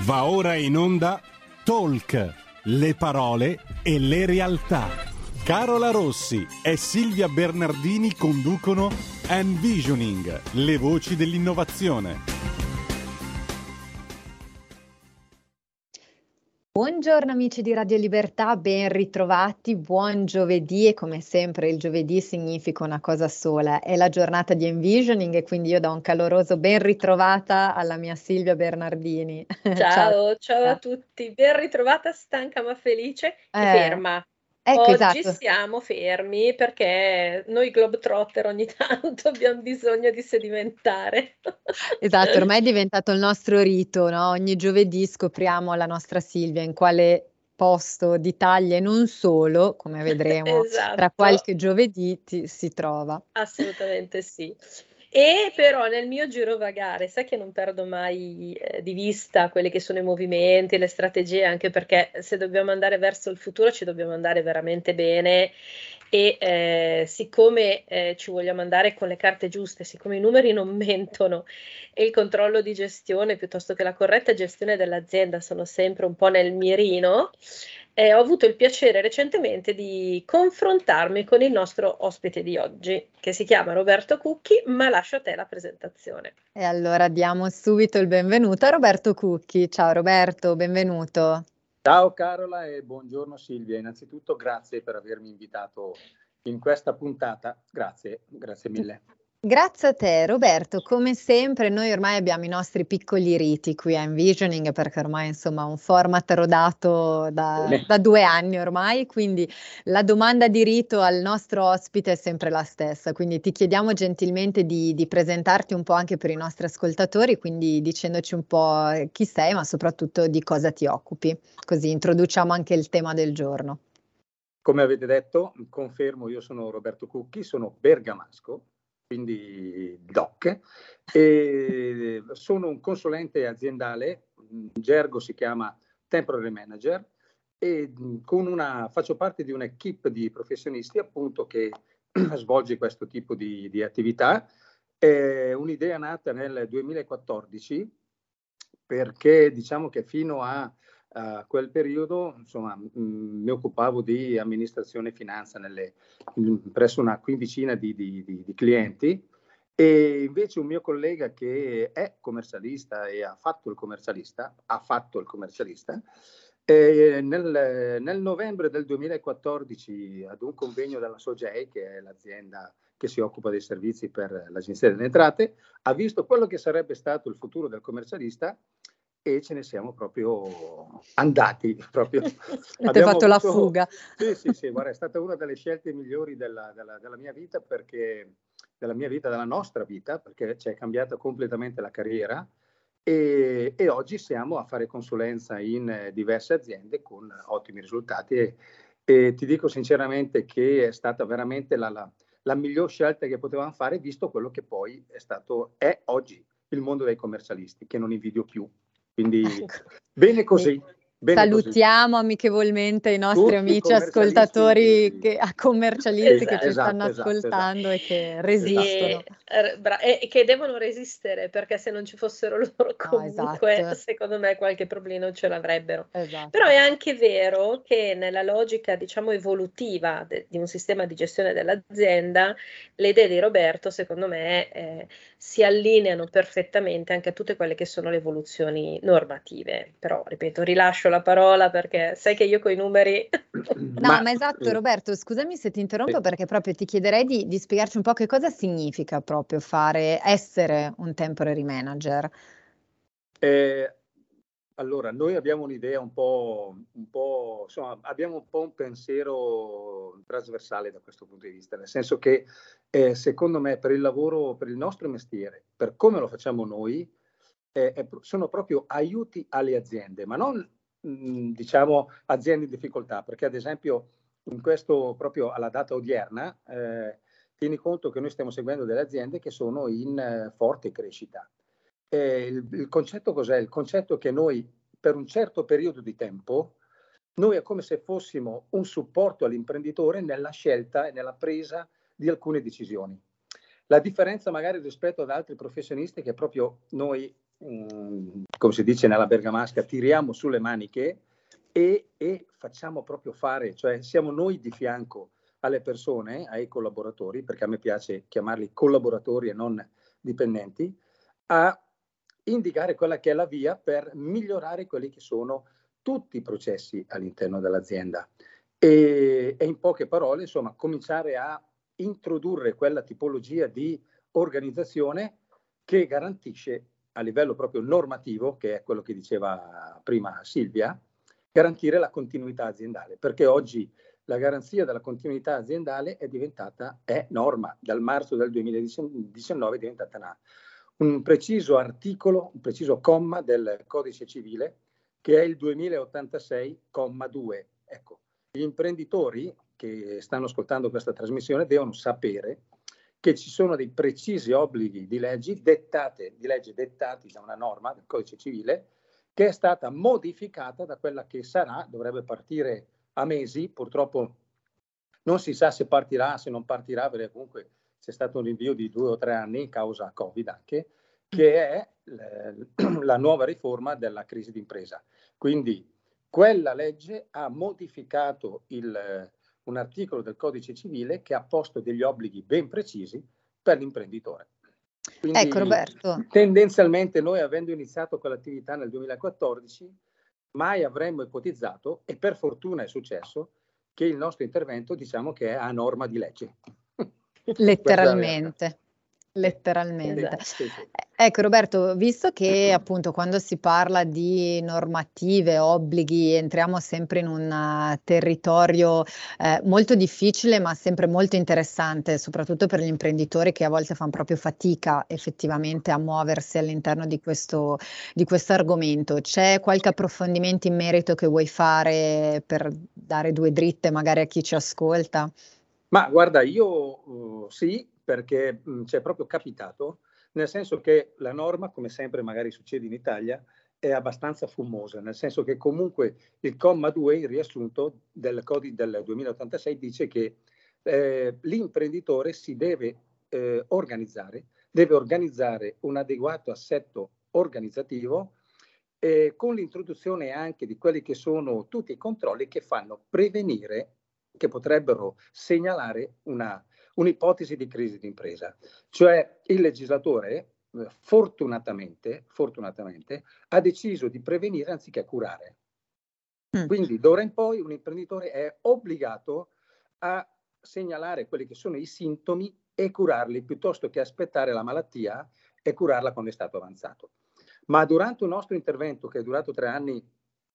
Va ora in onda Talk, le parole e le realtà. Carola Rossi e Silvia Bernardini conducono Envisioning, le voci dell'innovazione. Buongiorno amici di Radio Libertà, ben ritrovati, buon giovedì e come sempre il giovedì significa una cosa sola, è la giornata di Envisioning e quindi io do un caloroso ben ritrovata alla mia Silvia Bernardini. Ciao a tutti, ben ritrovata, stanca ma felice e ferma. Ecco, Oggi esatto. siamo fermi perché noi Globetrotter ogni tanto abbiamo bisogno di sedimentare. Esatto, ormai è diventato il nostro rito, no? Ogni giovedì scopriamo la nostra Silvia in quale posto d'Italia e non solo, come vedremo Esatto. tra qualche giovedì si trova. Assolutamente sì. E però nel mio girovagare, sai che non perdo mai di vista quelli che sono i movimenti, le strategie, anche perché se dobbiamo andare verso il futuro ci dobbiamo andare veramente bene e siccome ci vogliamo andare con le carte giuste, siccome i numeri non mentono e il controllo di gestione piuttosto che la corretta gestione dell'azienda sono sempre un po' nel mirino, ho avuto il piacere recentemente di confrontarmi con il nostro ospite di oggi, che si chiama Roberto Cucchi, ma lascio a te la presentazione. E allora diamo subito il benvenuto a Roberto Cucchi. Ciao Roberto, benvenuto. Ciao Carola e buongiorno Silvia. Innanzitutto grazie per avermi invitato in questa puntata. Grazie mille. Grazie a te Roberto, come sempre noi ormai abbiamo i nostri piccoli riti qui a Envisioning perché ormai insomma un format rodato da 2 anni ormai, quindi la domanda di rito al nostro ospite è sempre la stessa, quindi ti chiediamo gentilmente di presentarti un po' anche per i nostri ascoltatori, quindi dicendoci un po' chi sei ma soprattutto di cosa ti occupi, così introduciamo anche il tema del giorno. Come avete detto, confermo, io sono Roberto Cucchi, sono bergamasco, quindi DOC, e sono un consulente aziendale, in gergo si chiama Temporary Manager, e faccio parte di un'equipe di professionisti appunto che svolge questo tipo di attività. È un'idea nata nel 2014 perché diciamo che fino a quel periodo insomma mi occupavo di amministrazione e finanza presso una quindicina di clienti, e invece un mio collega che è commercialista e ha fatto il commercialista nel novembre del 2014 ad un convegno della Sogei, che è l'azienda che si occupa dei servizi per l'Agenzia delle Entrate, ha visto quello che sarebbe stato il futuro del commercialista e ce ne siamo proprio andati. Avete fatto la fuga. Sì, guarda, è stata una delle scelte migliori della mia vita, della nostra vita, perché ci è cambiata completamente la carriera e oggi siamo a fare consulenza in diverse aziende con ottimi risultati e ti dico sinceramente che è stata veramente la miglior scelta che potevamo fare, visto quello che poi è oggi il mondo dei commercialisti, che non invidio più. Quindi bene così. Salutiamo amichevolmente i nostri amici ascoltatori commercialisti che ci stanno ascoltando e che resistono. E che devono resistere, perché se non ci fossero loro comunque, esatto. Secondo me qualche problema ce l'avrebbero. Esatto. Però è anche vero che nella logica, diciamo, evolutiva di un sistema di gestione dell'azienda, le idee di Roberto, secondo me, si allineano perfettamente anche a tutte quelle che sono le evoluzioni normative. Però, ripeto, rilascio la parola perché sai che io coi numeri... No, ma esatto Roberto, scusami se ti interrompo perché proprio ti chiederei di spiegarci un po' che cosa significa proprio essere un temporary manager. Allora, noi abbiamo un'idea un po', insomma, abbiamo un po' un pensiero trasversale da questo punto di vista, nel senso che secondo me per il lavoro, per il nostro mestiere, per come lo facciamo noi, sono proprio aiuti alle aziende, ma non diciamo aziende in difficoltà, perché ad esempio in questo proprio alla data odierna tieni conto che noi stiamo seguendo delle aziende che sono in forte crescita. Il concetto cos'è? Il concetto che noi per un certo periodo di tempo noi è come se fossimo un supporto all'imprenditore nella scelta e nella presa di alcune decisioni. La differenza magari rispetto ad altri professionisti è che proprio noi come si dice nella bergamasca, tiriamo sulle maniche e facciamo proprio fare, cioè siamo noi di fianco alle persone, ai collaboratori, perché a me piace chiamarli collaboratori e non dipendenti, a indicare quella che è la via per migliorare quelli che sono tutti i processi all'interno dell'azienda e in poche parole, insomma, cominciare a introdurre quella tipologia di organizzazione che garantisce a livello proprio normativo, che è quello che diceva prima Silvia, garantire la continuità aziendale, perché oggi la garanzia della continuità aziendale è norma. Dal marzo del 2019 è diventata un preciso articolo, un preciso comma del Codice Civile, che è il 2086,2. Ecco, gli imprenditori che stanno ascoltando questa trasmissione devono sapere che ci sono dei precisi obblighi di legge dettati da una norma del Codice Civile che è stata modificata da quella che dovrebbe partire a mesi, purtroppo non si sa se partirà, se non partirà, perché comunque c'è stato un rinvio di 2 o 3 anni, causa Covid anche, che è la nuova riforma della crisi d'impresa. Quindi quella legge ha modificato un articolo del Codice Civile che ha posto degli obblighi ben precisi per l'imprenditore. Quindi, ecco Roberto, tendenzialmente noi, avendo iniziato quell'attività nel 2014, mai avremmo ipotizzato, e per fortuna è successo, che il nostro intervento diciamo che è a norma di legge. letteralmente. Letteralmente. Sì. Ecco Roberto, visto che appunto quando si parla di normative, obblighi, entriamo sempre in un territorio molto difficile ma sempre molto interessante, soprattutto per gli imprenditori che a volte fanno proprio fatica effettivamente a muoversi all'interno di questo argomento. C'è qualche approfondimento in merito che vuoi fare per dare 2 dritte magari a chi ci ascolta? Ma guarda, io sì, perché ci è proprio capitato, nel senso che la norma, come sempre magari succede in Italia, è abbastanza fumosa, nel senso che comunque il comma 2, il riassunto del Codice del 2086, dice che l'imprenditore si deve organizzare un adeguato assetto organizzativo con l'introduzione anche di quelli che sono tutti i controlli che fanno prevenire, che potrebbero segnalare un'ipotesi di crisi d'impresa. Cioè il legislatore fortunatamente ha deciso di prevenire anziché curare. Quindi d'ora in poi un imprenditore è obbligato a segnalare quelli che sono i sintomi e curarli, piuttosto che aspettare la malattia e curarla quando è stato avanzato. Ma durante un nostro intervento che è durato 3 anni,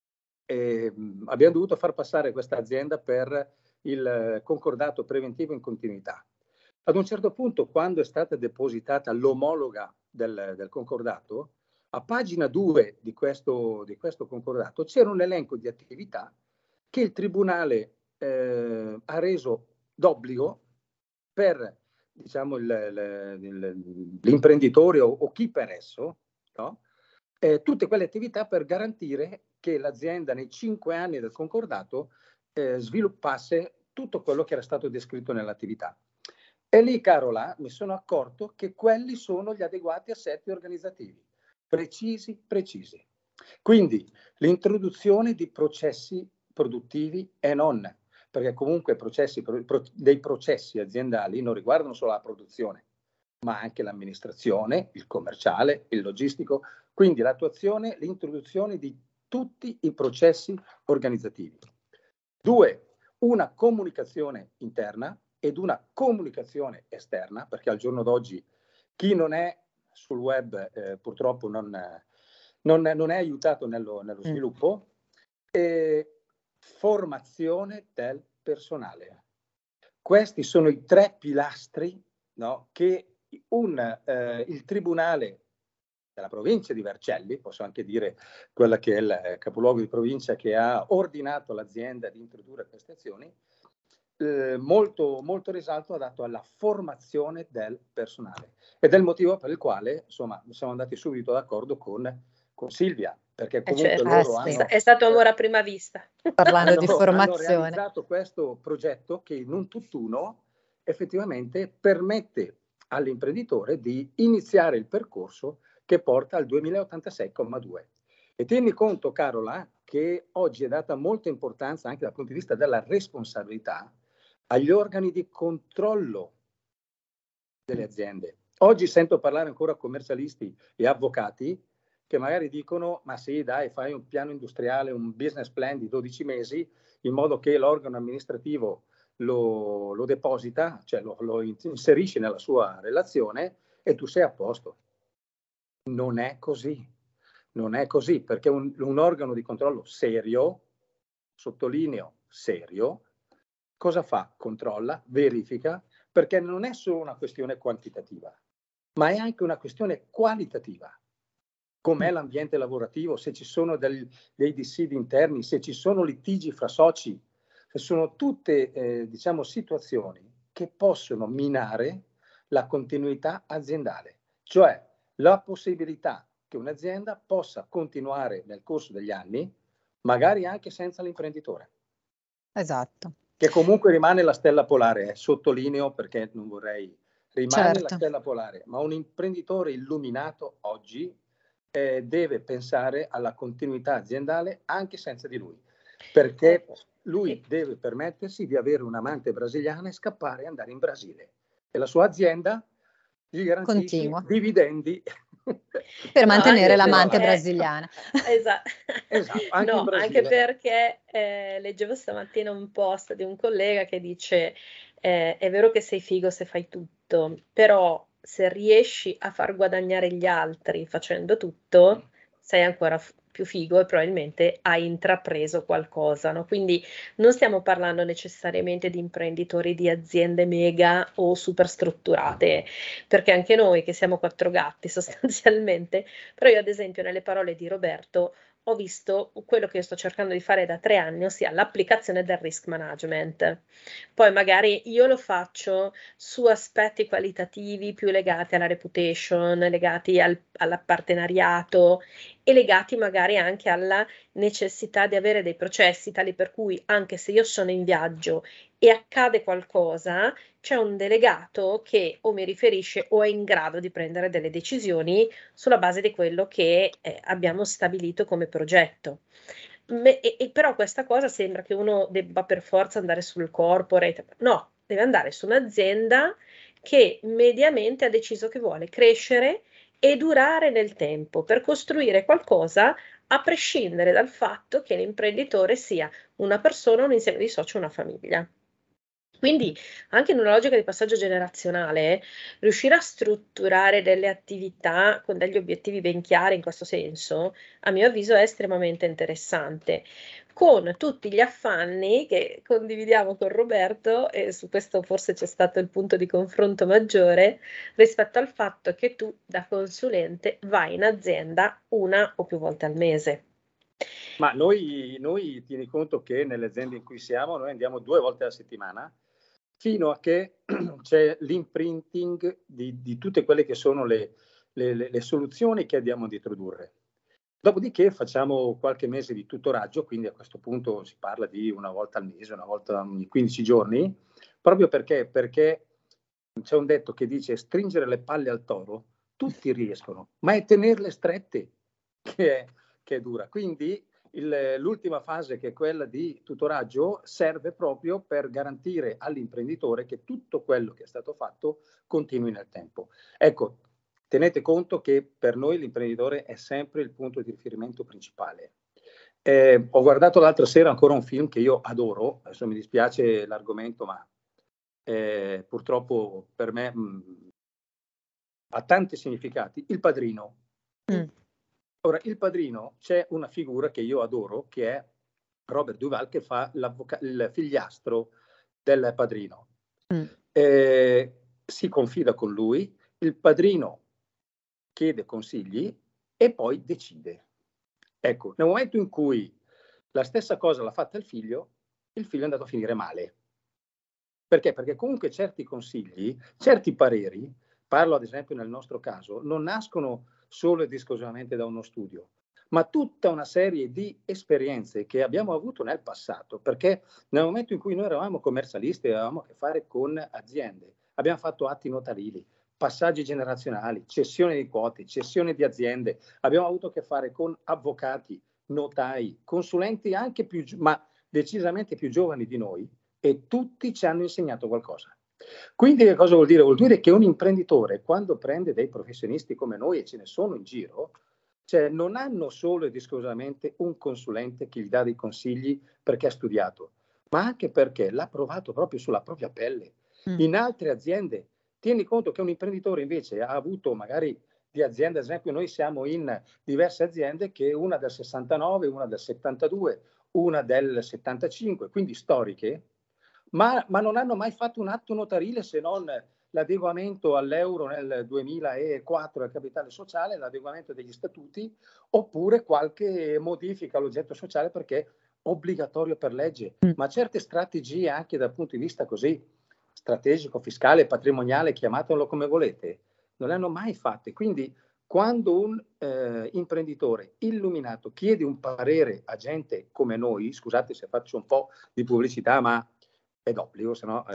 abbiamo dovuto far passare questa azienda per il concordato preventivo in continuità. Ad un certo punto, quando è stata depositata l'omologa del concordato, a pagina 2 di questo concordato c'era un elenco di attività che il Tribunale ha reso d'obbligo per, diciamo, l'imprenditore o chi per esso, no? Tutte quelle attività per garantire che l'azienda nei 5 anni del concordato sviluppasse tutto quello che era stato descritto nell'attività. E lì, Carola, mi sono accorto che quelli sono gli adeguati assetti organizzativi, precisi. Quindi l'introduzione di processi produttivi e non, perché comunque dei processi aziendali non riguardano solo la produzione, ma anche l'amministrazione, il commerciale, il logistico, quindi l'introduzione di tutti i processi organizzativi. 2, una comunicazione interna ed una comunicazione esterna, perché al giorno d'oggi chi non è sul web purtroppo non è aiutato nello sviluppo. Formazione del personale. Questi sono i 3 pilastri, no, che il Tribunale della provincia di Vercelli, posso anche dire quella che è il capoluogo di provincia che ha ordinato all'azienda di introdurre queste azioni, molto risalto ha dato alla formazione del personale, ed è il motivo per il quale insomma siamo andati subito d'accordo con Silvia, perché comunque certo, loro hanno, è stato amore a prima vista. Parlando di hanno formazione. realizzato questo progetto che in un tutt'uno effettivamente permette all'imprenditore di iniziare il percorso che porta al 2086,2. E tieni conto, Carola, che oggi è data molta importanza anche dal punto di vista della responsabilità agli organi di controllo delle aziende. Oggi sento parlare ancora commercialisti e avvocati che magari dicono: ma sì, dai, fai un piano industriale, un business plan di 12 mesi, in modo che l'organo amministrativo lo deposita, cioè lo inserisci nella sua relazione e tu sei a posto. Non è così. Non è così, perché un organo di controllo serio, sottolineo serio, cosa fa? Controlla, verifica, perché non è solo una questione quantitativa, ma è anche una questione qualitativa. Com'è l'ambiente lavorativo, se ci sono dei dissidi interni, se ci sono litigi fra soci, se sono tutte diciamo situazioni che possono minare la continuità aziendale, cioè la possibilità che un'azienda possa continuare nel corso degli anni, magari anche senza l'imprenditore. Esatto. Che comunque rimane la stella polare, sottolineo perché non vorrei, rimane la stella polare, ma un imprenditore illuminato oggi deve pensare alla continuità aziendale anche senza di lui, perché lui deve permettersi di avere un'amante brasiliana e scappare e andare in Brasile e la sua azienda gli garantisce dividendi per mantenere l'amante brasiliana. Esatto, anche in Brasile. Anche perché leggevo stamattina un post di un collega che dice è vero che sei figo se fai tutto, però se riesci a far guadagnare gli altri facendo tutto, sei ancora più figo e probabilmente hai intrapreso qualcosa, no? Quindi non stiamo parlando necessariamente di imprenditori di aziende mega o super strutturate, perché anche noi che siamo quattro gatti sostanzialmente, però io ad esempio nelle parole di Roberto ho visto quello che io sto cercando di fare da 3 anni, ossia l'applicazione del risk management. Poi magari io lo faccio su aspetti qualitativi più legati alla reputation, legati al partenariato e legati magari anche alla necessità di avere dei processi tali per cui anche se io sono in viaggio e accade qualcosa, c'è un delegato che o mi riferisce o è in grado di prendere delle decisioni sulla base di quello che abbiamo stabilito come progetto. Però questa cosa sembra che uno debba per forza andare sul corporate, no, deve andare su un'azienda che mediamente ha deciso che vuole crescere e durare nel tempo per costruire qualcosa a prescindere dal fatto che l'imprenditore sia una persona, un insieme di soci, una famiglia. Quindi anche in una logica di passaggio generazionale, riuscire a strutturare delle attività con degli obiettivi ben chiari in questo senso, a mio avviso è estremamente interessante, con tutti gli affanni che condividiamo con Roberto, e su questo forse c'è stato il punto di confronto maggiore, rispetto al fatto che tu da consulente vai in azienda 1 o più volte al mese. Ma noi tieni conto che nelle aziende in cui siamo, noi andiamo 2 volte alla settimana, fino a che c'è l'imprinting di tutte quelle che sono le soluzioni che andiamo ad introdurre. Dopodiché facciamo qualche mese di tutoraggio, quindi a questo punto si parla di 1 volta al mese, 1 volta ogni 15 giorni, proprio perché c'è un detto che dice: stringere le palle al toro, tutti riescono, ma è tenerle strette che è dura. Quindi l'ultima fase, che è quella di tutoraggio, serve proprio per garantire all'imprenditore che tutto quello che è stato fatto continui nel tempo. Ecco, tenete conto che per noi l'imprenditore è sempre il punto di riferimento principale. Ho guardato l'altra sera ancora un film che io adoro, adesso mi dispiace l'argomento, ma purtroppo per me ha tanti significati. Il Padrino. Ora, Il Padrino, c'è una figura che io adoro, che è Robert Duvall, che fa il figliastro del padrino. Si confida con lui, il padrino chiede consigli e poi decide. Ecco, nel momento in cui la stessa cosa l'ha fatta il figlio è andato a finire male. Perché? Perché comunque certi consigli, certi pareri, parlo ad esempio nel nostro caso, non nascono solo ed esclusivamente da uno studio, ma tutta una serie di esperienze che abbiamo avuto nel passato, perché nel momento in cui noi eravamo commercialisti e avevamo a che fare con aziende, abbiamo fatto atti notarili, passaggi generazionali, cessione di quote, cessione di aziende. Abbiamo avuto a che fare con avvocati, notai, consulenti anche ma decisamente più giovani di noi, e tutti ci hanno insegnato qualcosa. Quindi che cosa vuol dire? Vuol dire che un imprenditore, quando prende dei professionisti come noi, e ce ne sono in giro, cioè non hanno solo ed esclusivamente un consulente che gli dà dei consigli perché ha studiato, ma anche perché l'ha provato proprio sulla propria pelle. In altre aziende, tieni conto che un imprenditore invece ha avuto magari di aziende, ad esempio noi siamo in diverse aziende, che una del 69, una del 72, una del 75, quindi storiche, ma non hanno mai fatto un atto notarile, se non l'adeguamento all'euro nel 2004 del capitale sociale, l'adeguamento degli statuti, oppure qualche modifica all'oggetto sociale perché è obbligatorio per legge. Ma certe strategie, anche dal punto di vista così strategico, fiscale, patrimoniale, chiamatelo come volete, non le hanno mai fatte. Quindi quando un imprenditore illuminato chiede un parere a gente come noi, scusate se faccio un po' di pubblicità, ma è d'obbligo, se no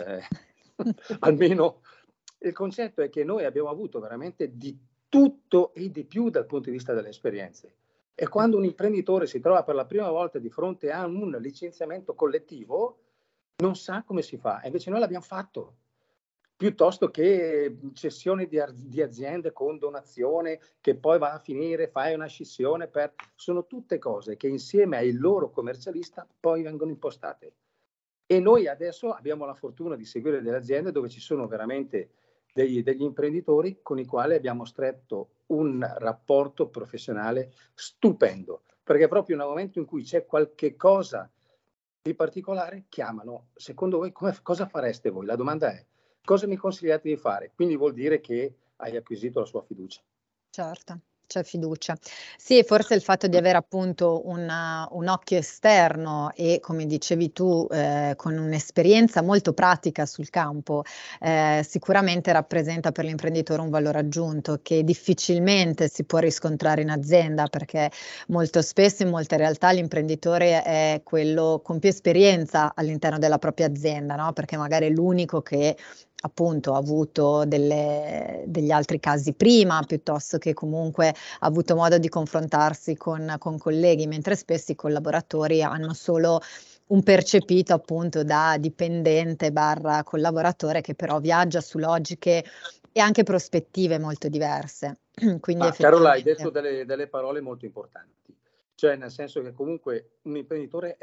almeno il concetto è che noi abbiamo avuto veramente di tutto e di più dal punto di vista delle esperienze. E quando un imprenditore si trova per la prima volta di fronte a un licenziamento collettivo, non sa come si fa, e invece noi l'abbiamo fatto. Piuttosto che cessione di aziende con donazione, che poi va a finire, fai una scissione sono tutte cose che insieme al loro commercialista poi vengono impostate. E noi adesso abbiamo la fortuna di seguire delle aziende dove ci sono veramente degli imprenditori con i quali abbiamo stretto un rapporto professionale stupendo, perché proprio nel momento in cui c'è qualche cosa di particolare chiamano: secondo voi cosa fareste voi? La domanda è: cosa mi consigliate di fare? Quindi vuol dire che hai acquisito la sua fiducia. Certo, c'è fiducia. Sì, forse il fatto di avere appunto un occhio esterno e, come dicevi tu, con un'esperienza molto pratica sul campo, sicuramente rappresenta per l'imprenditore un valore aggiunto che difficilmente si può riscontrare in azienda, perché molto spesso in molte realtà l'imprenditore è quello con più esperienza all'interno della propria azienda, no? Perché magari è l'unico che appunto ha avuto degli altri casi prima, piuttosto che comunque ha avuto modo di confrontarsi con colleghi, mentre spesso i collaboratori hanno solo un percepito appunto da dipendente / collaboratore, che però viaggia su logiche e anche prospettive molto diverse. Quindi Carola, hai detto delle parole molto importanti, cioè nel senso che comunque l'imprenditore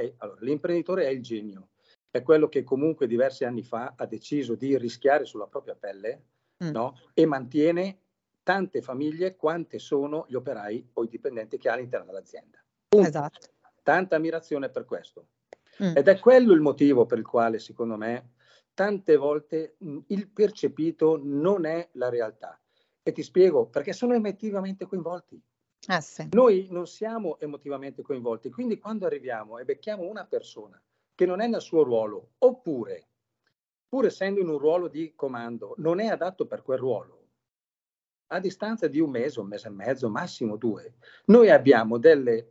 è il genio. È quello che comunque diversi anni fa ha deciso di rischiare sulla propria pelle, no? E mantiene tante famiglie quante sono gli operai o i dipendenti che ha all'interno dell'azienda. Esatto. Tanta ammirazione per questo. Ed è quello il motivo per il quale, secondo me, tante volte il percepito non è la realtà. E ti spiego, perché sono emotivamente coinvolti. Sì. Noi non siamo emotivamente coinvolti, quindi quando arriviamo e becchiamo una persona che non è nel suo ruolo, oppure, pur essendo in un ruolo di comando, non è adatto per quel ruolo, a distanza di un mese e mezzo, massimo 2, noi abbiamo delle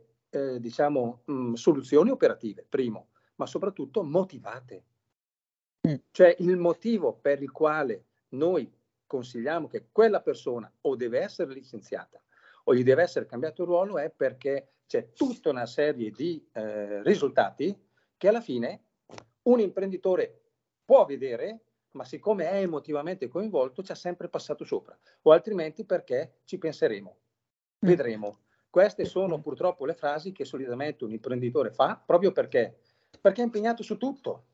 soluzioni operative, primo, ma soprattutto motivate. Cioè il motivo per il quale noi consigliamo che quella persona o deve essere licenziata o gli deve essere cambiato il ruolo è perché c'è tutta una serie di risultati che alla fine un imprenditore può vedere, ma siccome è emotivamente coinvolto ci ha sempre passato sopra, o altrimenti perché ci penseremo, vedremo. Queste sono purtroppo le frasi che solitamente un imprenditore fa, proprio perché è impegnato su tutto,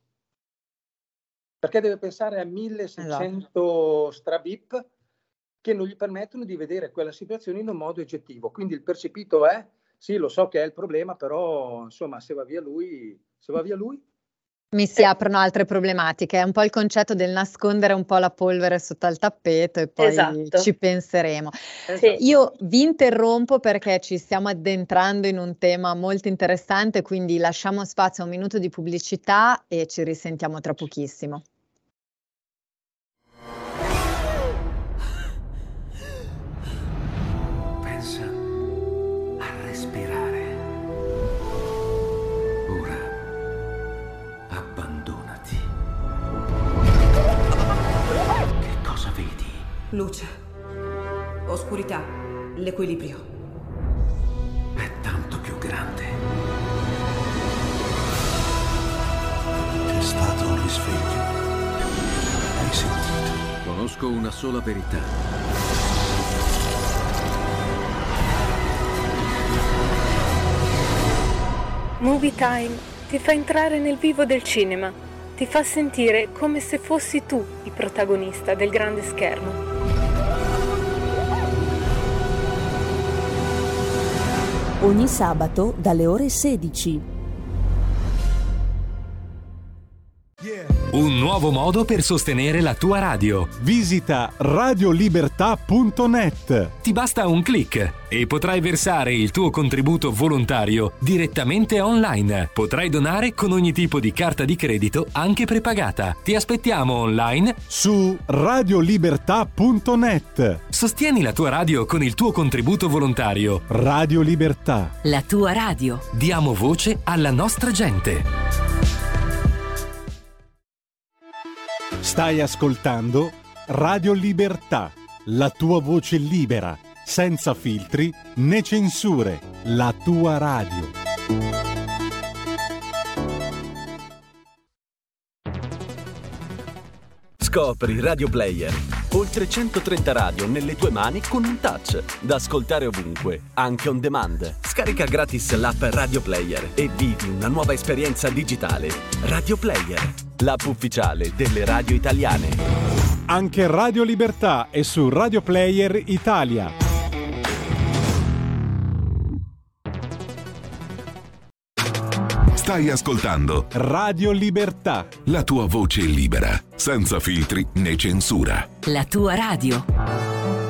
perché deve pensare a 1600 strabip che non gli permettono di vedere quella situazione in un modo oggettivo. Quindi il percepito è: sì, lo so che è il problema, però insomma se va via lui mi si aprono altre problematiche. È un po' il concetto del nascondere un po' la polvere sotto al tappeto e poi ci penseremo. Sì. Io vi interrompo perché ci stiamo addentrando in un tema molto interessante, quindi lasciamo spazio a un minuto di pubblicità e ci risentiamo tra pochissimo. Pensa a respirare. Ora abbandonati. Che cosa vedi? Luce, oscurità, l'equilibrio. È tanto più grande. C'è stato un risveglio. Hai sentito? Conosco una sola verità. Movie Time ti fa entrare nel vivo del cinema, ti fa sentire come se fossi tu il protagonista del grande schermo. Ogni sabato dalle ore 16. Un nuovo modo per sostenere la tua radio. Visita radiolibertà.net. Ti basta un click e potrai versare il tuo contributo volontario direttamente online. Potrai donare con ogni tipo di carta di credito, anche prepagata. Ti aspettiamo online su radiolibertà.net. Sostieni la tua radio con il tuo contributo volontario. Radio Libertà. La tua radio. Diamo voce alla nostra gente. Stai ascoltando Radio Libertà, la tua voce libera, senza filtri né censure, la tua radio. Scopri Radio Player. Oltre 130 radio nelle tue mani con un touch, da ascoltare ovunque, anche on demand. Scarica gratis l'app Radio Player e vivi una nuova esperienza digitale. Radio Player, l'app ufficiale delle radio italiane. Anche Radio Libertà è su Radio Player Italia. Stai ascoltando Radio Libertà, la tua voce libera, senza filtri né censura. La tua radio.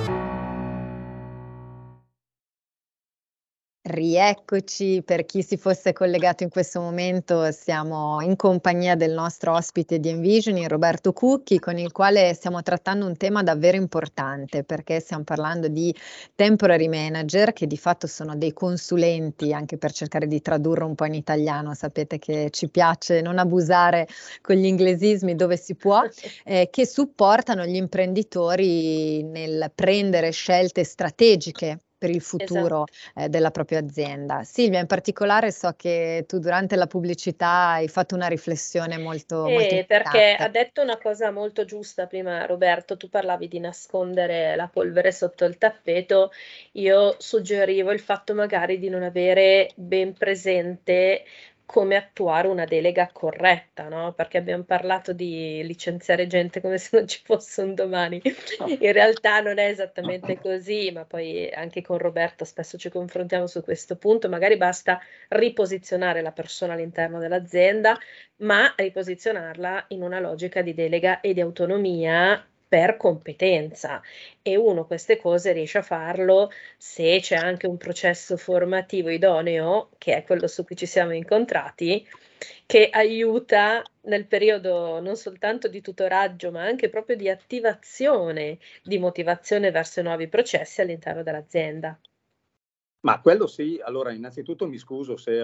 Rieccoci, per chi si fosse collegato in questo momento siamo in compagnia del nostro ospite di Envisioning, Roberto Cucchi, con il quale stiamo trattando un tema davvero importante, perché stiamo parlando di temporary manager, che di fatto sono dei consulenti, anche per cercare di tradurre un po' in italiano. Sapete che ci piace non abusare con gli inglesismi dove si può, che supportano gli imprenditori nel prendere scelte strategiche per il futuro della propria azienda. Silvia, in particolare so che tu durante la pubblicità hai fatto una riflessione molto importante. Perché ha detto una cosa molto giusta prima Roberto, tu parlavi di nascondere la polvere sotto il tappeto, io suggerivo il fatto magari di non avere ben presente come attuare una delega corretta, no? Perché abbiamo parlato di licenziare gente come se non ci fosse un domani. In realtà non è esattamente così, ma poi anche con Roberto spesso ci confrontiamo su questo punto. Magari basta riposizionare la persona all'interno dell'azienda, ma riposizionarla in una logica di delega e di autonomia per competenza, e uno queste cose riesce a farlo se c'è anche un processo formativo idoneo, che è quello su cui ci siamo incontrati, che aiuta nel periodo non soltanto di tutoraggio ma anche proprio di attivazione, di motivazione verso i nuovi processi all'interno dell'azienda. Ma quello sì. Allora, innanzitutto mi scuso se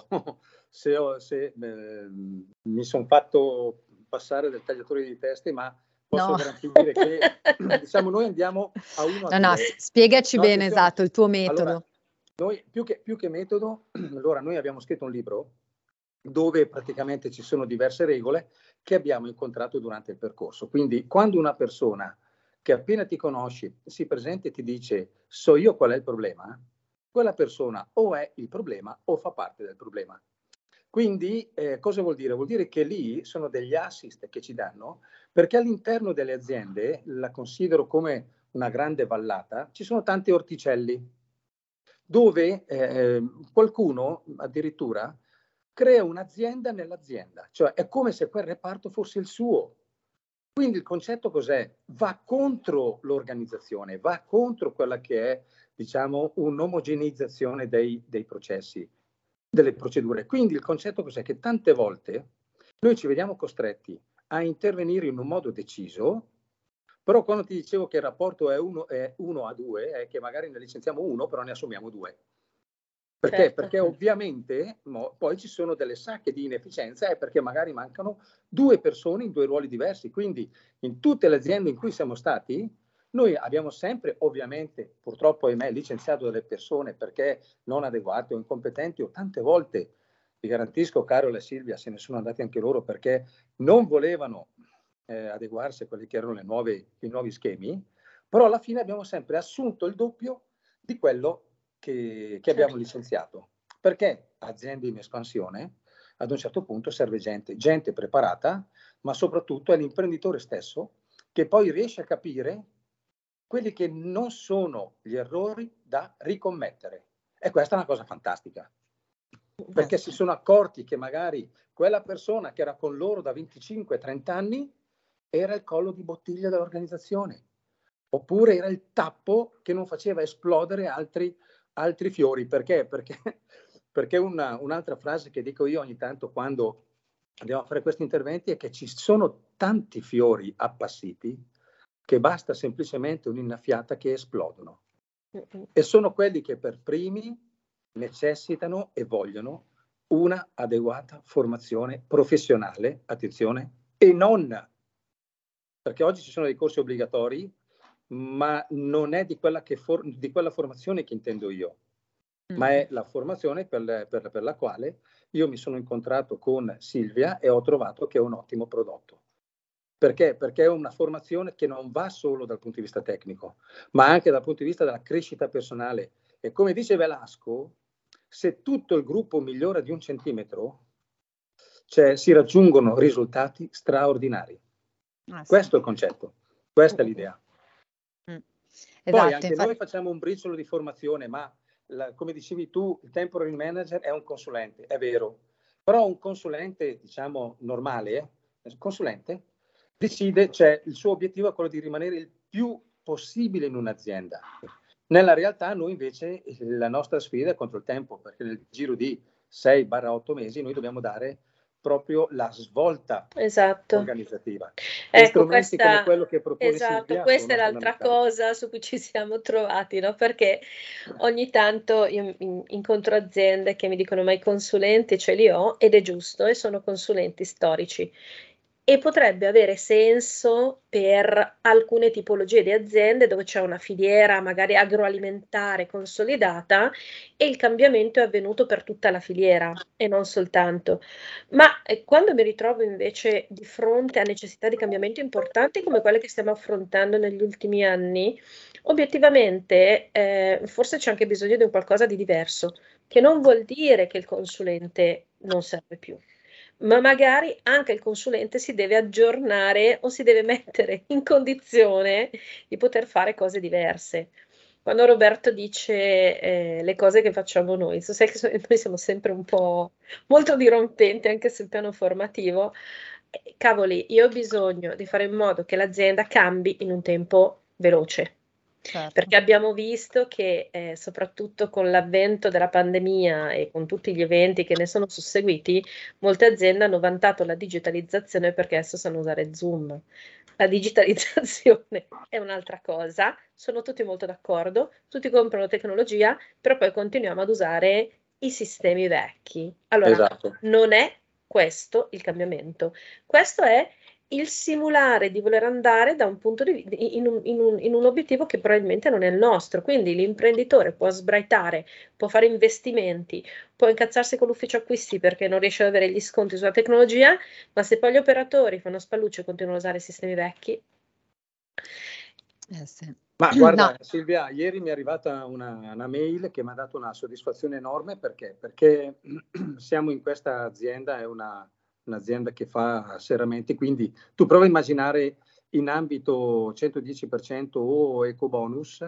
mi sono fatto passare del tagliatore di teste, ma posso garantire che diciamo noi andiamo a uno a due. Spiegaci bene esatto il tuo metodo. Allora, noi più che metodo, allora noi abbiamo scritto un libro dove praticamente ci sono diverse regole che abbiamo incontrato durante il percorso. Quindi quando una persona che appena ti conosci si presenta e ti dice so io qual è il problema, quella persona o è il problema o fa parte del problema. Quindi cosa vuol dire? Vuol dire che lì sono degli assist che ci danno, perché all'interno delle aziende, la considero come una grande vallata, ci sono tanti orticelli, dove qualcuno addirittura crea un'azienda nell'azienda, cioè è come se quel reparto fosse il suo. Quindi il concetto cos'è? Va contro l'organizzazione, va contro quella che è, diciamo, un'omogeneizzazione dei processi, delle procedure. Quindi il concetto cos'è? Che tante volte noi ci vediamo costretti a intervenire in un modo deciso, però quando ti dicevo che il rapporto è 1 a 2, è che magari ne licenziamo 1, però ne assumiamo 2. Perché? Certo. Perché ovviamente poi ci sono delle sacche di inefficienza, perché magari mancano 2 persone in 2 ruoli diversi. Quindi in tutte le aziende in cui siamo stati, Noi abbiamo sempre, ovviamente, purtroppo ahimè, licenziato delle persone perché non adeguate o incompetenti, o tante volte, vi garantisco, Carola e Silvia, se ne sono andati anche loro perché non volevano adeguarsi a quelli che erano i nuovi schemi, però alla fine abbiamo sempre assunto il doppio di quello che abbiamo licenziato, perché aziende in espansione, ad un certo punto serve gente preparata, ma soprattutto è l'imprenditore stesso che poi riesce a capire quelli che non sono gli errori da ricommettere. E questa è una cosa fantastica, perché si sono accorti che magari quella persona che era con loro da 25-30 anni era il collo di bottiglia dell'organizzazione, oppure era il tappo che non faceva esplodere altri fiori. Perché? Perché un'altra frase che dico io ogni tanto quando andiamo a fare questi interventi è che ci sono tanti fiori appassiti che basta semplicemente un'innaffiata che esplodono. E sono quelli che per primi necessitano e vogliono una adeguata formazione professionale, attenzione, e non, perché oggi ci sono dei corsi obbligatori, ma non è di quella formazione che intendo io, ma è la formazione per la quale io mi sono incontrato con Silvia e ho trovato che è un ottimo prodotto. Perché? Perché è una formazione che non va solo dal punto di vista tecnico, ma anche dal punto di vista della crescita personale. E come dice Velasco, se tutto il gruppo migliora di 1 centimetro, cioè si raggiungono risultati straordinari. Questo è il concetto, questa è l'idea. Poi anche noi facciamo un briciolo di formazione, ma come dicevi tu, il temporary manager è un consulente, è vero, però un consulente, diciamo, normale, consulente, decide, cioè il suo obiettivo è quello di rimanere il più possibile in un'azienda. Nella realtà noi invece la nostra sfida è contro il tempo, perché nel giro di 6-8 mesi noi dobbiamo dare proprio la svolta organizzativa. Ecco, come quello che propone Silvia, questa è l'altra cosa su cui ci siamo trovati, no? Perché ogni tanto io incontro aziende che mi dicono ma i consulenti ce li ho, ed è giusto, e sono consulenti storici. E potrebbe avere senso per alcune tipologie di aziende dove c'è una filiera magari agroalimentare consolidata e il cambiamento è avvenuto per tutta la filiera e non soltanto. Ma quando mi ritrovo invece di fronte a necessità di cambiamento importanti come quelle che stiamo affrontando negli ultimi anni, obiettivamente forse c'è anche bisogno di un qualcosa di diverso, che non vuol dire che il consulente non serve più, ma magari anche il consulente si deve aggiornare o si deve mettere in condizione di poter fare cose diverse. Quando Roberto dice le cose che facciamo noi, sai che noi siamo sempre un po' molto dirompenti anche sul piano formativo, cavoli, io ho bisogno di fare in modo che l'azienda cambi in un tempo veloce. Certo. Perché abbiamo visto che soprattutto con l'avvento della pandemia e con tutti gli eventi che ne sono susseguiti, molte aziende hanno vantato la digitalizzazione perché adesso sanno usare Zoom. La digitalizzazione è un'altra cosa, sono tutti molto d'accordo, tutti comprano tecnologia, però poi continuiamo ad usare i sistemi vecchi. Allora, non è questo il cambiamento, questo è il simulare di voler andare da un punto in un obiettivo che probabilmente non è il nostro. Quindi l'imprenditore può sbraitare, può fare investimenti, può incazzarsi con l'ufficio acquisti perché non riesce ad avere gli sconti sulla tecnologia, ma se poi gli operatori fanno spallucce e continuano a usare i sistemi vecchi. Ma guarda, Silvia, ieri mi è arrivata una mail che mi ha dato una soddisfazione enorme perché siamo in questa azienda, è un'azienda che fa serramenti, quindi tu prova a immaginare in ambito 110% o ecobonus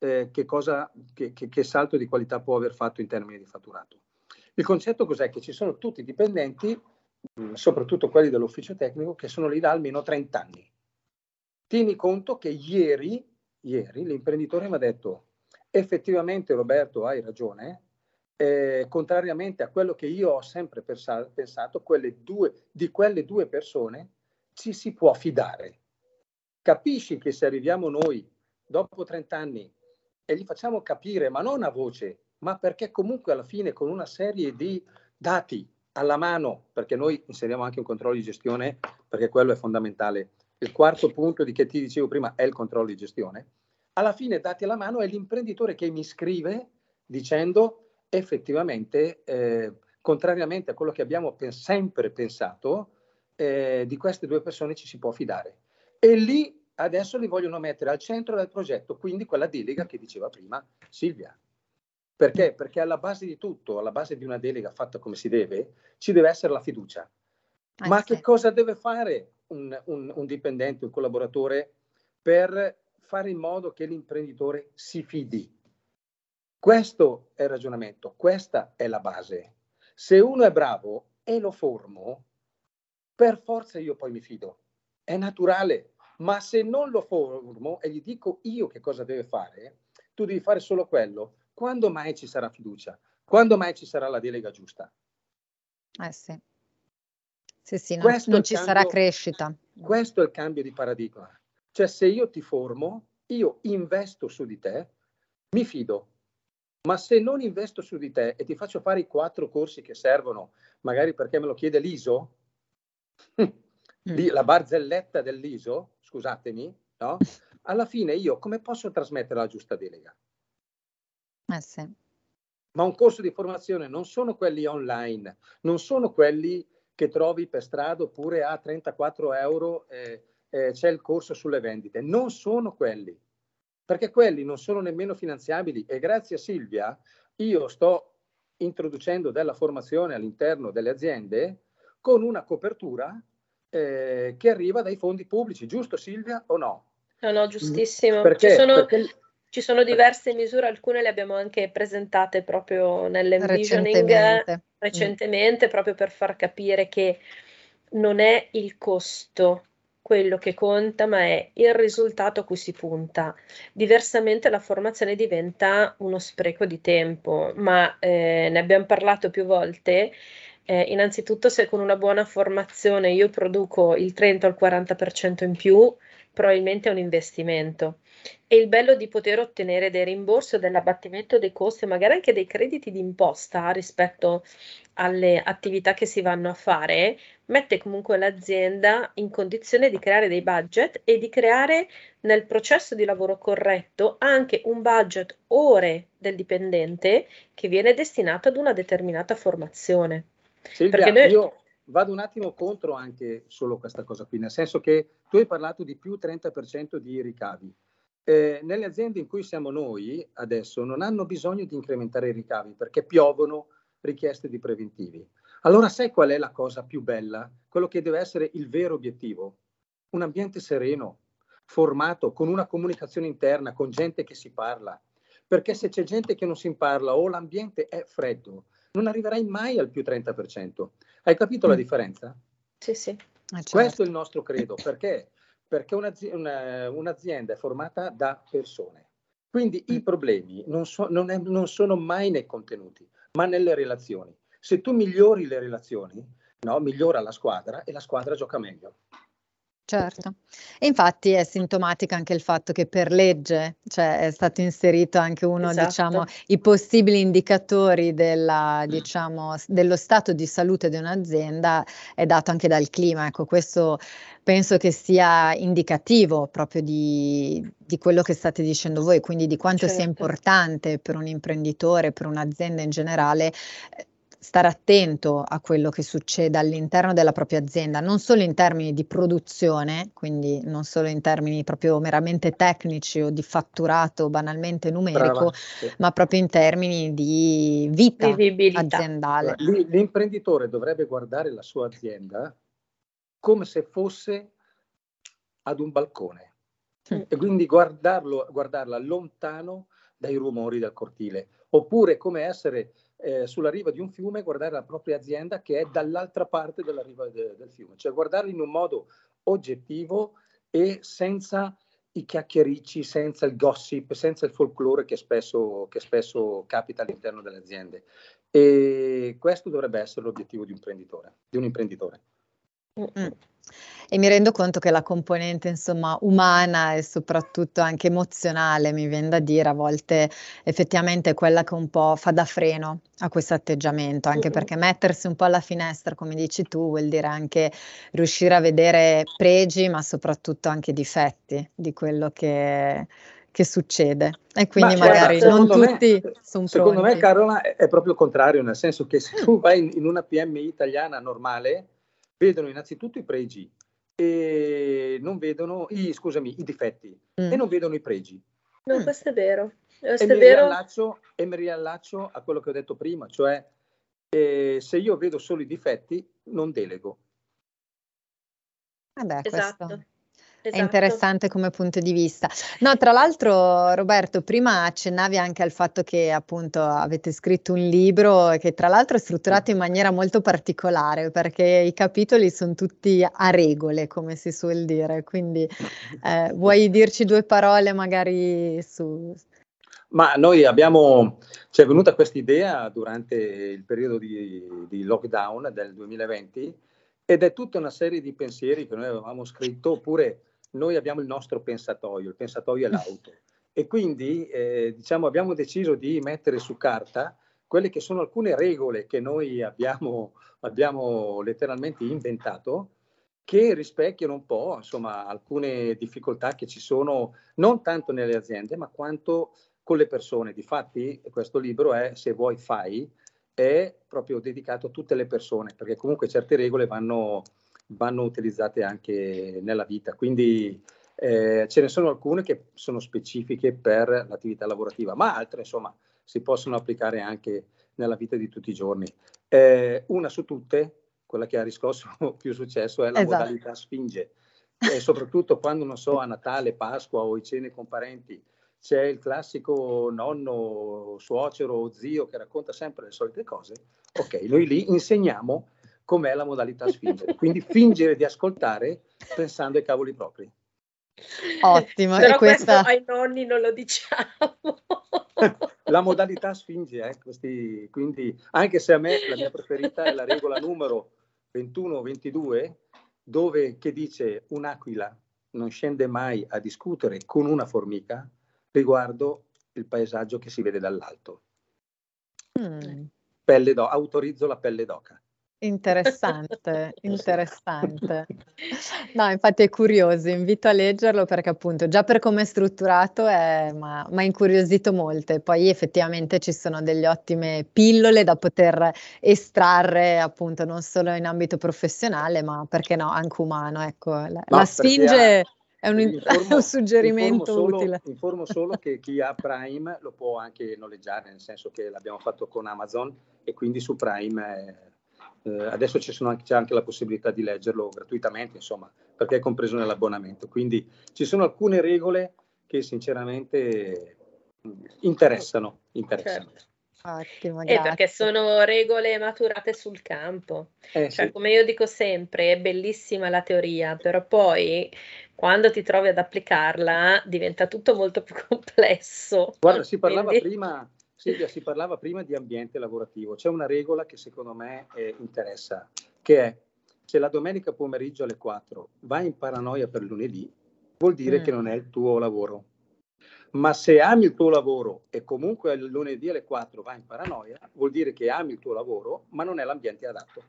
che salto di qualità può aver fatto in termini di fatturato. Il concetto cos'è? Che ci sono tutti i dipendenti, soprattutto quelli dell'ufficio tecnico, che sono lì da almeno 30 anni. Tieni conto che ieri l'imprenditore mi ha detto effettivamente Roberto hai ragione, contrariamente a quello che io ho sempre pensato, di quelle due persone ci si può fidare. Capisci che se arriviamo noi dopo 30 anni e gli facciamo capire, ma non a voce, ma perché comunque alla fine con una serie di dati alla mano, perché noi inseriamo anche un controllo di gestione, perché quello è fondamentale il quarto punto che ti dicevo prima è il controllo di gestione. Alla fine, dati alla mano, è l'imprenditore che mi scrive dicendo effettivamente, contrariamente a quello che abbiamo sempre pensato, di queste due persone ci si può fidare. E lì adesso li vogliono mettere al centro del progetto, quindi quella delega che diceva prima Silvia. Perché? Perché alla base di tutto, alla base di una delega fatta come si deve, ci deve essere la fiducia. Ma che cosa deve fare un dipendente, un collaboratore per fare in modo che l'imprenditore si fidi? Questo è il ragionamento, questa è la base. Se uno è bravo e lo formo, per forza io poi mi fido. È naturale. Ma se non lo formo e gli dico io che cosa deve fare, tu devi fare solo quello. Quando mai ci sarà fiducia? Quando mai ci sarà la delega giusta? Sì. Sì, non ci sarà crescita. Questo è il cambio di paradigma. Cioè, se io ti formo, io investo su di te, mi fido. Ma se non investo su di te e ti faccio fare i 4 corsi che servono, magari perché me lo chiede l'ISO, la barzelletta dell'ISO, scusatemi, no? Alla fine io come posso trasmettere la giusta delega? Sì. Ma un corso di formazione non sono quelli online, non sono quelli che trovi per strada oppure a 34 euro c'è il corso sulle vendite. Non sono quelli, perché quelli non sono nemmeno finanziabili e grazie a Silvia io sto introducendo della formazione all'interno delle aziende con una copertura che arriva dai fondi pubblici, giusto Silvia o no? No, giustissimo. Perché? Ci sono diverse misure, alcune le abbiamo anche presentate proprio nell'envisioning recentemente, proprio per far capire che non è il costo quello che conta, ma è il risultato a cui si punta. Diversamente la formazione diventa uno spreco di tempo, ma ne abbiamo parlato più volte. Innanzitutto, se con una buona formazione io produco il 30 o il 40% in più, probabilmente è un investimento. E il bello di poter ottenere dei rimborsi o dell'abbattimento dei costi, magari anche dei crediti d'imposta rispetto alle attività che si vanno a fare, mette comunque l'azienda in condizione di creare dei budget e di creare nel processo di lavoro corretto anche un budget ore del dipendente che viene destinato ad una determinata formazione. Silvia, io vado un attimo contro anche solo questa cosa qui, nel senso che tu hai parlato di più 30% di ricavi. Nelle aziende in cui siamo noi adesso non hanno bisogno di incrementare i ricavi perché piovono richieste di preventivi. Allora sai qual è la cosa più bella? Quello che deve essere il vero obiettivo? Un ambiente sereno, formato, con una comunicazione interna, con gente che si parla. Perché se c'è gente che non si parla o l'ambiente è freddo, non arriverai mai al più 30%. Hai capito la differenza? Sì. Certo. Questo è il nostro credo. Perché? Perché un'azienda è formata da persone. Quindi i problemi non sono mai nei contenuti, ma nelle relazioni. Se tu migliori le relazioni, no, migliora la squadra e la squadra gioca meglio. Certo, e infatti è sintomatica anche il fatto che per legge, cioè è stato inserito anche uno, diciamo, i possibili indicatori dello stato di salute di un'azienda è dato anche dal clima. Ecco, questo penso che sia indicativo proprio di quello che state dicendo voi, quindi di quanto sia importante per un imprenditore, per un'azienda in generale, stare attento a quello che succede all'interno della propria azienda, non solo in termini di produzione, quindi non solo in termini proprio meramente tecnici o di fatturato banalmente numerico, ma proprio in termini di vita aziendale. L'imprenditore dovrebbe guardare la sua azienda come se fosse ad un balcone e quindi guardarla lontano dai rumori del cortile, oppure come essere sulla riva di un fiume, guardare la propria azienda che è dall'altra parte della riva del fiume, cioè guardarla in un modo oggettivo e senza i chiacchiericci, senza il gossip, senza il folklore che spesso capita all'interno delle aziende. E questo dovrebbe essere l'obiettivo di un imprenditore. E mi rendo conto che la componente, insomma, umana e soprattutto anche emozionale, mi viene da dire, a volte effettivamente è quella che un po' fa da freno a questo atteggiamento, anche perché mettersi un po' alla finestra, come dici tu, vuol dire anche riuscire a vedere pregi, ma soprattutto anche difetti di quello che succede. E quindi magari non tutti sono pronti. Secondo me, Carola, è proprio il contrario, nel senso che se tu vai in una PMI italiana normale, vedono innanzitutto i pregi e non vedono i difetti e non vedono i pregi. No, questo è vero. E mi riallaccio a quello che ho detto prima, cioè se io vedo solo i difetti non delego. Esatto. È interessante come punto di vista. No, tra l'altro, Roberto, prima accennavi anche al fatto che appunto avete scritto un libro che tra l'altro è strutturato in maniera molto particolare, perché i capitoli sono tutti a regole, come si suol dire. Quindi vuoi dirci due parole magari su... Ma noi ci è venuta questa idea durante il periodo di lockdown del 2020 ed è tutta una serie di pensieri che noi avevamo scritto, oppure noi abbiamo il nostro pensatoio, il pensatoio è l'auto. E quindi abbiamo deciso di mettere su carta quelle che sono alcune regole che noi abbiamo letteralmente inventato, che rispecchiano un po', insomma, alcune difficoltà che ci sono non tanto nelle aziende, ma quanto con le persone. Difatti questo libro Se vuoi fai, è proprio dedicato a tutte le persone, perché comunque certe regole vanno utilizzate anche nella vita. Quindi ce ne sono alcune che sono specifiche per l'attività lavorativa, ma altre insomma si possono applicare anche nella vita di tutti i giorni. Una su tutte, quella che ha riscosso più successo, è la modalità Sfinge. Soprattutto quando, non so, a Natale, Pasqua o i cene con parenti c'è il classico nonno, suocero o zio che racconta sempre le solite cose. Ok, noi lì insegniamo com'è la modalità Sfinge, quindi fingere di ascoltare pensando ai cavoli propri. Ottimo. Però questo ai nonni non lo diciamo. La modalità Sfinge, quindi anche se a me la mia preferita è la regola numero 21-22, che dice: un'aquila non scende mai a discutere con una formica riguardo il paesaggio che si vede dall'alto. Autorizzo la pelle d'oca. Interessante. No, infatti è curioso, invito a leggerlo perché appunto già per come è strutturato m'ha incuriosito molto, e poi effettivamente ci sono delle ottime pillole da poter estrarre appunto non solo in ambito professionale, ma perché no, anche umano. Ecco, la Sfinge è un suggerimento utile. Informo solo che chi ha Prime lo può anche noleggiare, nel senso che l'abbiamo fatto con Amazon e quindi su Prime adesso c'è anche la possibilità di leggerlo gratuitamente, insomma, perché è compreso nell'abbonamento. Quindi ci sono alcune regole che sinceramente interessano. Certo. Ottimo, grazie. Perché sono regole maturate sul campo. Cioè, come io dico sempre, è bellissima la teoria, però poi quando ti trovi ad applicarla diventa tutto molto più complesso. Guarda, Silvia, si parlava prima di ambiente lavorativo. C'è una regola che secondo me interessa, che è: se la domenica pomeriggio alle 4 vai in paranoia per lunedì, vuol dire che non è il tuo lavoro. Ma se ami il tuo lavoro e comunque il lunedì alle 4 vai in paranoia, vuol dire che ami il tuo lavoro, ma non è l'ambiente adatto.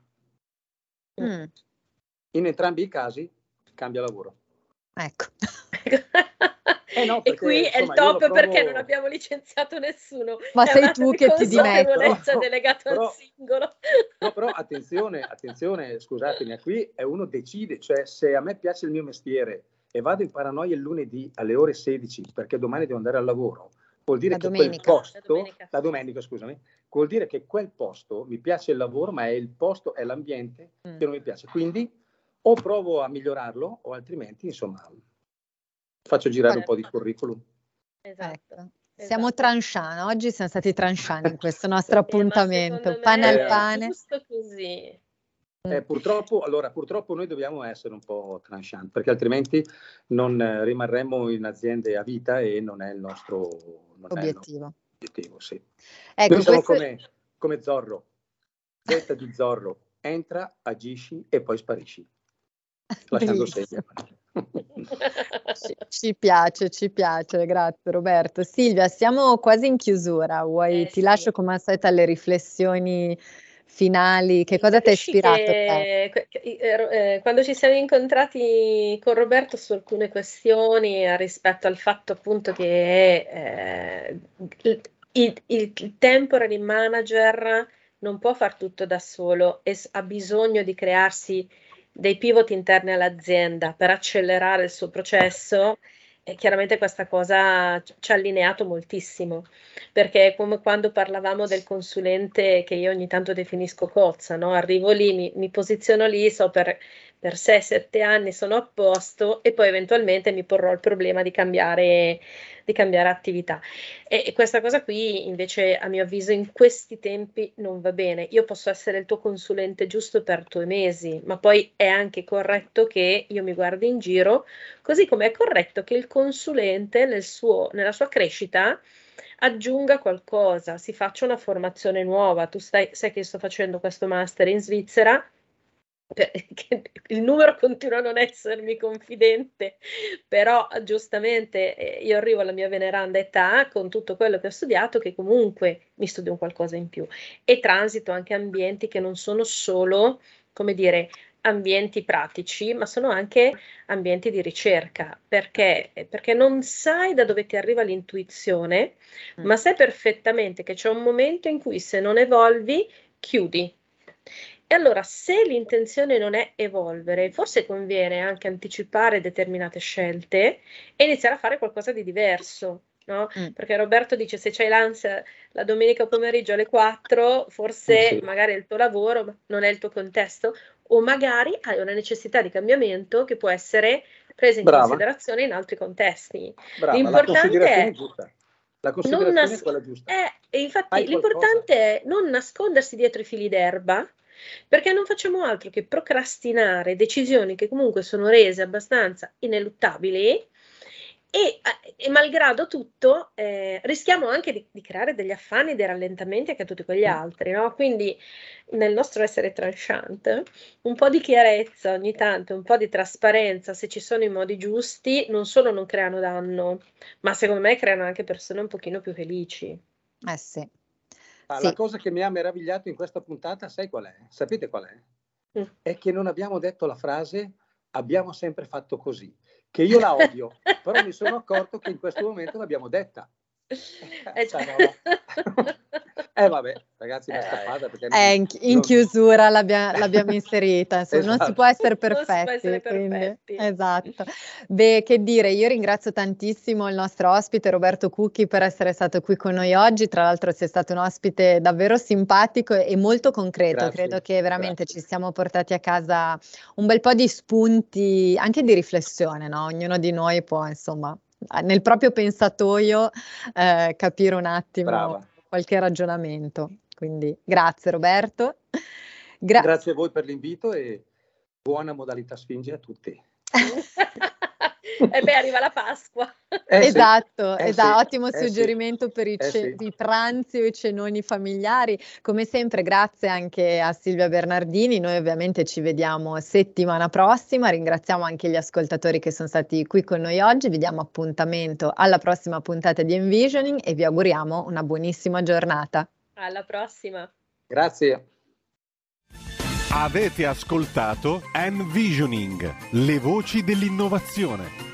In entrambi i casi cambia lavoro. Ecco. No, perché, e qui è il top, perché non abbiamo licenziato nessuno. Ma sei tu che ti dimetti. Delegato al singolo. No, però attenzione, scusatemi, qui è uno decide, cioè se a me piace il mio mestiere e vado in paranoia il lunedì alle ore 16 perché domani devo andare al lavoro, vuol dire quel posto, vuol dire che quel posto mi piace il lavoro, ma è il posto, è l'ambiente che non mi piace. Quindi o provo a migliorarlo o altrimenti, insomma, faccio girare un po' di curriculum. Esatto. Siamo tranchant, oggi siamo stati tranchant in questo nostro appuntamento, pane al pane. Giusto così. Purtroppo noi dobbiamo essere un po' tranchant, perché altrimenti non rimarremo in aziende a vita e non è il nostro obiettivo. Sì. Ecco, noi siamo come Zorro, Zeta di Zorro, entra, agisci e poi sparisci. lasciando segno. Ci piace, grazie Roberto. Silvia, siamo quasi in chiusura, ti lascio come al solito alle riflessioni finali, che cosa ti ha ispirato? Quando ci siamo incontrati con Roberto su alcune questioni rispetto al fatto appunto che il temporary manager non può far tutto da solo e ha bisogno di crearsi dei pivot interni all'azienda per accelerare il suo processo, e chiaramente questa cosa ci ha allineato moltissimo, perché come quando parlavamo del consulente che io ogni tanto definisco cozza, no? Arrivo lì, mi posiziono lì, so per 6-7 anni sono a posto e poi eventualmente mi porrò il problema di cambiare attività. E questa cosa qui invece, a mio avviso, in questi tempi non va bene. Io posso essere il tuo consulente giusto per 2 mesi, ma poi è anche corretto che io mi guardi in giro, così come è corretto che il consulente nella sua crescita aggiunga qualcosa, si faccia una formazione nuova. Tu sai che sto facendo questo master in Svizzera, il numero continua a non essermi confidente, però giustamente io arrivo alla mia veneranda età con tutto quello che ho studiato, che comunque mi studio un qualcosa in più e transito anche ambienti che non sono solo, come dire, ambienti pratici, ma sono anche ambienti di ricerca, perché non sai da dove ti arriva l'intuizione, ma sai perfettamente che c'è un momento in cui se non evolvi chiudi. E allora, se l'intenzione non è evolvere, forse conviene anche anticipare determinate scelte e iniziare a fare qualcosa di diverso, no? Perché Roberto dice, se c'hai l'ansia la domenica pomeriggio alle 4, forse magari è il tuo lavoro, ma non è il tuo contesto, o magari hai una necessità di cambiamento che può essere presa in considerazione in altri contesti. L'importante è la considerazione è quella giusta. Infatti l'importante è non nascondersi dietro i fili d'erba, perché non facciamo altro che procrastinare decisioni che comunque sono rese abbastanza ineluttabili e malgrado tutto rischiamo anche di creare degli affanni, dei rallentamenti anche a tutti quegli altri, no? Quindi nel nostro essere tranchant un po' di chiarezza ogni tanto, un po' di trasparenza, se ci sono i modi giusti, non solo non creano danno, ma secondo me creano anche persone un pochino più felici. Sì. La cosa che mi ha meravigliato in questa puntata, sai qual è? Sapete qual è? È che non abbiamo detto la frase abbiamo sempre fatto così, che io la odio, però mi sono accorto che in questo momento l'abbiamo detta. Vabbè, ragazzi, basta fare perché in chiusura l'abbiamo inserita, insomma, esatto. Non si può essere perfetti, quindi, esatto. Beh, che dire, io ringrazio tantissimo il nostro ospite Roberto Cucchi per essere stato qui con noi oggi. Tra l'altro sei stato un ospite davvero simpatico e molto concreto. Grazie. Credo che veramente ci siamo portati a casa un bel po' di spunti anche di riflessione, no? Ognuno di noi può, insomma, nel proprio pensatoio capire un attimo qualche ragionamento. Quindi grazie Roberto. Grazie a voi per l'invito e buona modalità Sfinge a tutti. Arriva la Pasqua. Esatto, ottimo suggerimento per i pranzi o i cenoni familiari. Come sempre grazie anche a Silvia Bernardini, noi ovviamente ci vediamo settimana prossima, ringraziamo anche gli ascoltatori che sono stati qui con noi oggi, vi diamo appuntamento alla prossima puntata di Envisioning e vi auguriamo una buonissima giornata. Alla prossima. Grazie. Avete ascoltato Envisioning, le voci dell'innovazione.